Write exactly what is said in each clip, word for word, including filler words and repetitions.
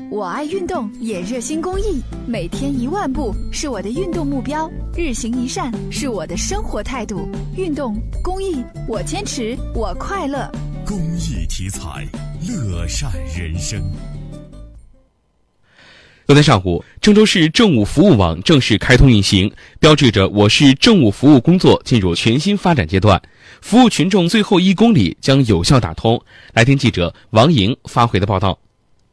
我爱运动，也热心公益，每天一万步是我的运动目标，日行一善是我的生活态度。运动公益，我坚持，我快乐。 公益题材，乐善人生。 昨天上午，郑州市政务服务网正式开通运行，标志着我市政务服务工作进入全新发展阶段，服务群众最后一公里将有效打通。来听记者王莹发回的报道。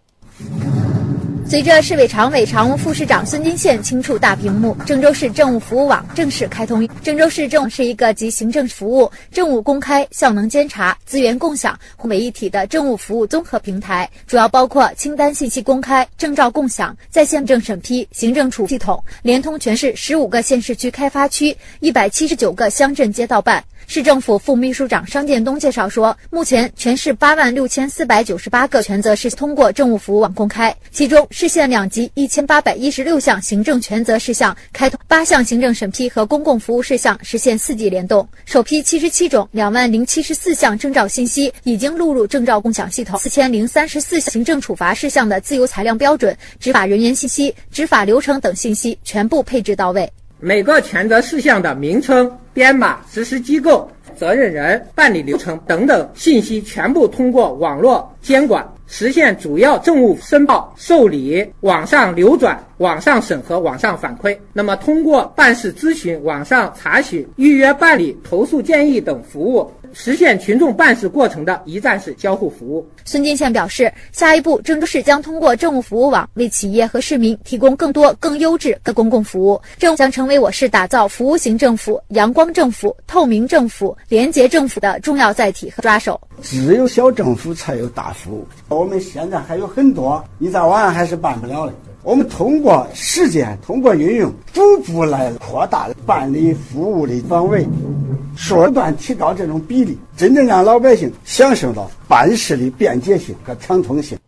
随着市委常委、常务副市长孙金宪轻触大屏幕，郑州市政务服务网正式开通。郑州市政务是一个集行政服务、政务公开、效能监察、资源共享互为一体的政务服务综合平台，主要包括清单信息公开、证照共享、在线证审批、行政处系统，连通全市十五个县市区开发区、一百七十九个乡镇街道办。市政府副秘书长商建东介绍说，目前全市八万六千四百九十八个权责事通过政务服务网公开，其中市县两级一千八百一十六项行政权责事项开通，八项行政审批和公共服务事项实现四级联动，首批七十七种两万零七十四项证照信息已经录入证照共享系统，四千零三十四项行政处罚事项的自由裁量标准、执法人员信息、执法流程等信息全部配置到位。 每个权责事项的名称、编码、实施机构、责任人、办理流程等等信息全部通过网络监管，实现主要政务申报、受理、网上流转、网上审核、网上反馈。那么通过办事咨询、网上查询、预约办理、投诉建议等服务，实现群众办事过程的一站式交互服务。 孙金宪表示，下一步郑州市将通过政务服务网为企业和市民提供更多更优质的公共服务，政府将成为我市打造服务型政府、阳光政府、透明政府、廉洁政府的重要载体和抓手。 只有小政府才有大服务，我们现在还有很多你在网上还是办不了的，我们通过实践、通过运用，逐步来扩大办理服务的范围，不断提高这种比例，真正让老百姓享受到办事的便捷性和畅通性。